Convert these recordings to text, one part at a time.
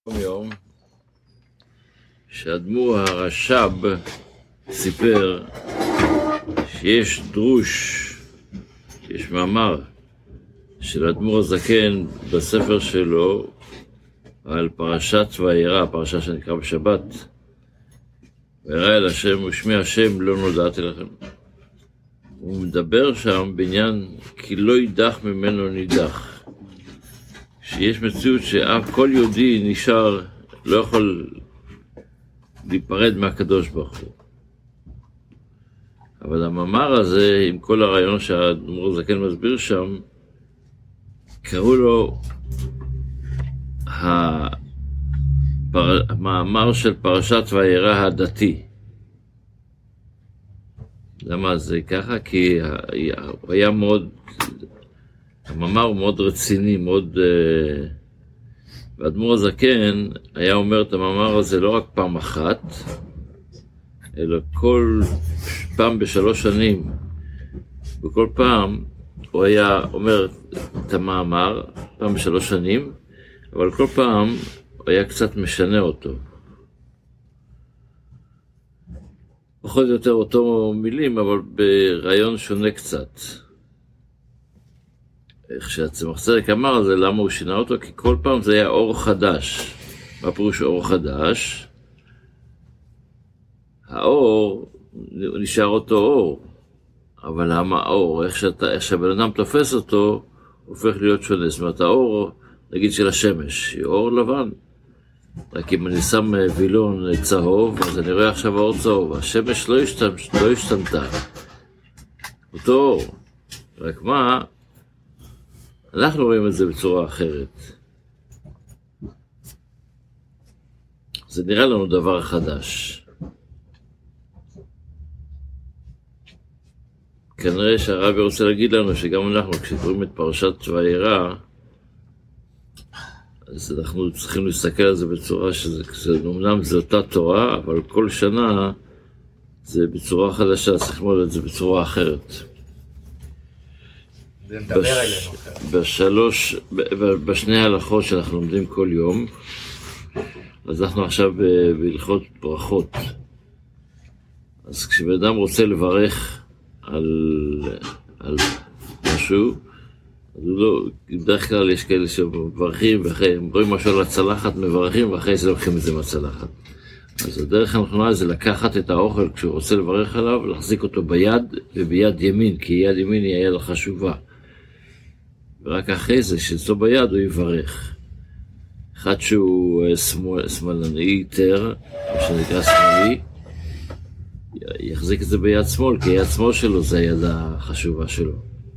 יום שהאדמו"ר הרש"ב סיפר שיש דרוש, יש מאמר של האדמו"ר הזקן בספר שלו על פרשת וירא, פרשה שנקרא בשבת, וירא אל השם ושמי השם לא נודעתי לכם. הוא מדבר שם בעניין כי לא יידח ממנו נידח, שיש מציאות שכל יהודי נשאר, לא יכול להיפרד מהקדוש ברוך הוא. אבל המאמר הזה, עם כל הרעיון שהאדמו"ר הזקן מסביר שם, קראו לו המאמר של פרשת וירא הדתי. למה זה ככה? כי הוא היה מאוד, המאמר הוא מאוד רציני, מאוד... והאדמו"ר הזקן היה אומר את המאמר הזה לא רק פעם אחת, אלא כל פעם בשלוש שנים. וכל פעם הוא היה אומר את המאמר, פעם בשלוש שנים, אבל כל פעם הוא היה קצת משנה אותו. פחות או יותר אותו מילים, אבל ברעיון שונה קצת. איך שהצמח צדק אמר זה, למה הוא שינה אותו? כי כל פעם זה היה אור חדש. מה פירוש אור חדש? האור נשאר אותו אור, אבל למה האור? איך שהבן אדם תופס אותו, הופך להיות שונה. זאת אומרת, האור, נגיד של השמש, היא אור לבן. רק אם אני שם וילון צהוב, אז אני רואה עכשיו אור צהוב. השמש לא השתנתה. אותו אור. רק מה? אנחנו רואים את זה בצורה אחרת. זה נראה לנו דבר חדש. כנראה שהרבי רוצה להגיד לנו שגם אנחנו, כשקוראים את פרשת וירא, אז אנחנו צריכים להסתכל על זה בצורה אמנם זה אותה תורה, אבל כל שנה זה בצורה חדשה, צריך ללמוד את זה בצורה אחרת. זה מדבר אלינו. בשני ההלכות שאנחנו לומדים כל יום, אז אנחנו עכשיו בהלכות ברכות. אז כשבן אדם רוצה לברך על משהו, אז הוא לא, בדרך כלל יש כאלה שמברכים, הם רואים משהו על הצלחת, מברכים, ואחרי זה לוקחים את זה מהצלחת. אז הדרך הנכונה זה לקחת את האוכל כשהוא רוצה לברך עליו, להחזיק אותו ביד וביד ימין, כי יד ימין היא היד החשובה. ורק אחרי זה, שזו ביד, הוא יברך. אחד שהוא שמאלני יותר, או שנקרא שמאלי, יחזיק את זה ביד שמאל, כי יד שמאל שלו זה היד החשובה שלו.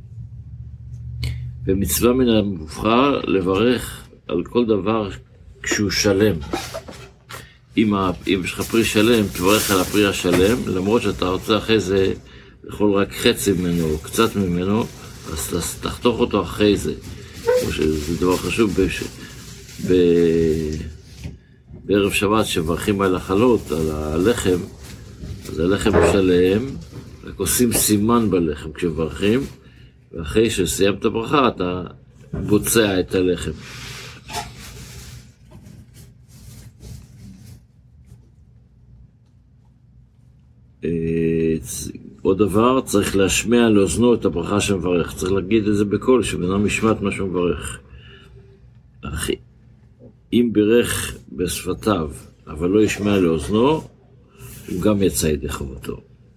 ומצווה מן המובחר לברך על כל דבר כשהוא שלם. אם יש לך פרי שלם, תברך על הפרי השלם, למרות שאתה רוצה אחרי זה לאכול רק חצי ממנו או קצת ממנו, אז תחתוך אותו אחרי זה. זה דבר חשוב בערב שבת שמברכים על החלות, על הלחם, אז הלחם הוא שלם, רק עושים סימן בלחם כשמברכים, ואחרי שסיים את הברכה אתה בוצע את הלחם. עוד דבר, צריך להשמיע לאוזנו את הברכה שמברך. צריך להגיד את זה בקול, שבן אדם ישמע את מה שמברך. אחי, אם בירך בשפתיו, אבל לא ישמע לאוזנו, הוא גם יצא ידי חובתו.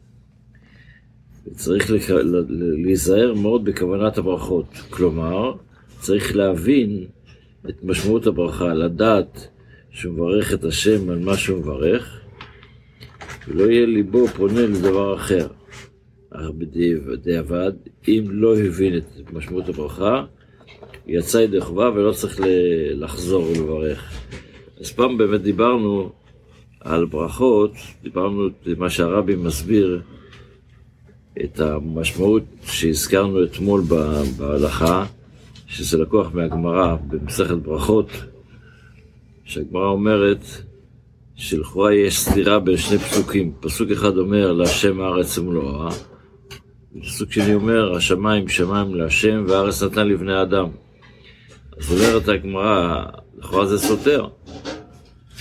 צריך להיזהר מאוד בכוונת הברכות. כלומר, צריך להבין את משמעות הברכה, לדעת שהוא מברך את השם על מה שהוא מברך, ולא יהיה ליבו פונה לדבר אחר. אך בדיעבד, אם לא הבין את משמעות הברכה, יצא ידי חובה ולא צריך לחזור ולברך. אז פעם באמת דיברנו על ברכות, דיברנו את מה שהרבי מסביר, את המשמעות שהזכרנו אתמול בהלכה, שזה לקוח מהגמרא במסכת ברכות, שהגמרא אומרת שלכאורה יש סתירה בין שני פסוקים. פסוק אחד אומר להשם הארץ ומלואה, ופסוק שני אומר השמיים שמיים להשם והארץ נתן לבני אדם. אז אומרת הגמרא, לכאורה זה סותר.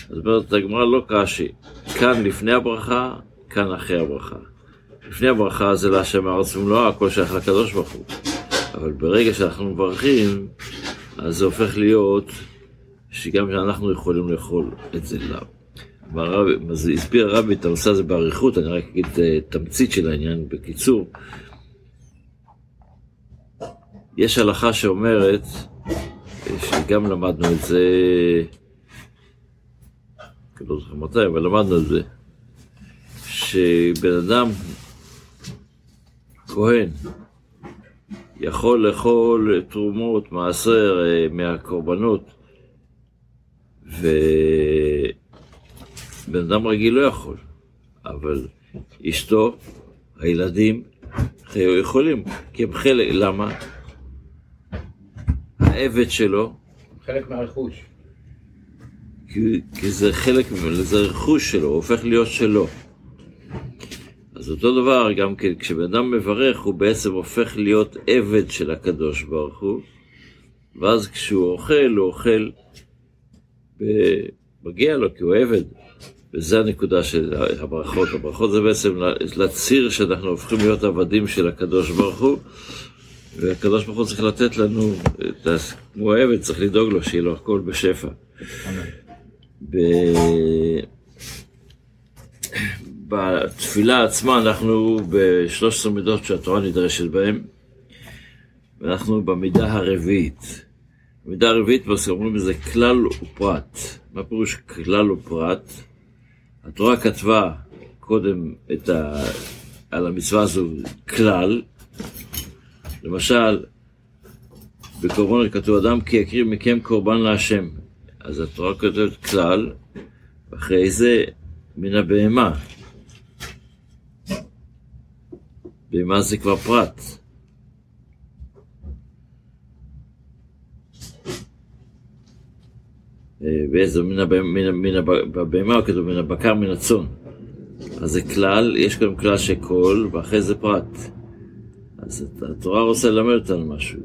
אז אומרת הגמרא לא קשי, כאן לפני הברכה, כאן אחרי הברכה. לפני הברכה זה להשם הארץ ומלואה, הכל שייך לקדוש ברוך הוא. אבל ברגע שאנחנו מברכים, אז זה הופך להיות שגם אנחנו יכולים לאכול את זה לאו. הסביר הרבי את הנושא הזה בעריכות, אני רק אגיד תמצית של העניין בקיצור. יש הלכה שאומרת, שגם למדנו את זה, לא זוכר מתי, אבל למדנו את זה, שבן אדם, כהן, יכול לאכול תרומות, מעשר מהקורבנות, ובן אדם רגיל לא יכול, אבל אשתו, הילדים, יכולים, כי הם חלק, למה? העבד שלו, חלק מהרכוש. כי זה חלק ממנו, זה רכוש שלו, הוא הופך להיות שלו. אז אותו דבר גם כן, כשבן אדם מברך, הוא בעצם הופך להיות עבד של הקדוש ברוך הוא, ואז כשהוא אוכל, הוא אוכל, מגיע לו כי הוא עבד. וזה הנקודה של הברכות. הברכות זה בעצם לציר שאנחנו הופכים להיות עבדים של הקדוש ברוך הוא, והקדוש ברוך הוא צריך לתת לנו, כמו העבד, צריך לדאוג לו, שיהיה לו הכל בשפע. בתפילה עצמה אנחנו ב13 מידות שהתורה נדרשת בהן, ואנחנו במידה הרביעית. במידה הרביעית אומרים לזה כלל ופרט. מה פירוש כלל ופרט? התורה כתבה קודם על המצווה הזו כלל, למשל, בקורבן כתוב אדם כי יקריב מכם קורבן להשם. אז התורה כתבת כלל, ואחרי זה מן הבהמה. בהמה זה כבר פרט. ואיזה בבהמה כתוב מן הבקר מן הצאן. אז זה כלל, יש גם כלל שכל, ואחרי זה פרט. אז התורה רוצה ללמד אותנו משהו.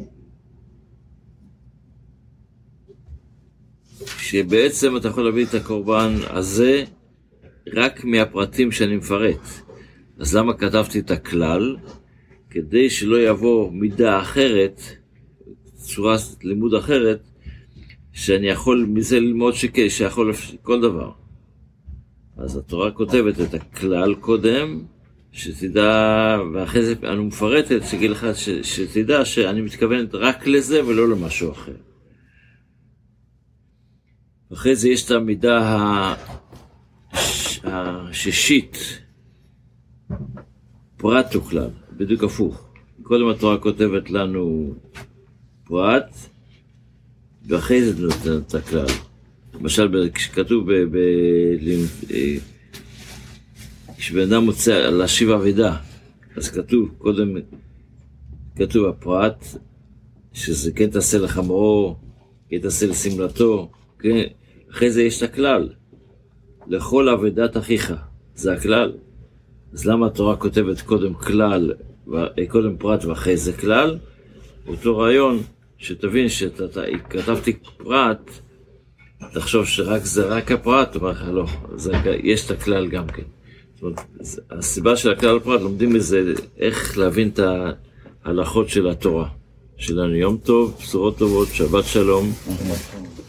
שבעצם אתה יכול להביא את הקורבן הזה רק מהפרטים שאני מפרט. אז למה כתבתי את הכלל? כדי שלא יבוא מידה אחרת, צורת לימוד אחרת, שאני יכול מזה ללמוד שיכול כל דבר. אז התורה כותבת את הכלל קודם, שתדע, ואחרי זה אני מפרטת, שגיל לך שתדע שאני מתכוונת רק לזה ולא למשהו אחר. אחרי זה יש את המידה השישית, פרט וכלל, בדיוק הפוך. קודם התורה כותבת לנו פרט, ואחרי זה נותנת את הכלל. למשל, כשכתוב כשבן אדם מוצא להשיב אבידה, אז כתוב, קודם כתוב הפרט, שזה כן תעשה לחמורו, כן תעשה לסמלתו, כן? אחרי זה יש את הכלל, לכל אבידת אחיך, זה הכלל. אז למה התורה כותבת קודם כלל, קודם פרט ואחרי זה כלל? אותו רעיון, שתבין שכתבתי פרט, תחשוב שרק זה רק הפרט, אומר לך לא, יש את הכלל גם כן. זאת אומרת, הסיבה של הכלל הפרט, לומדים מזה איך להבין את ההלכות של התורה. שלנו יום טוב, בשורות טובות, שבת שלום.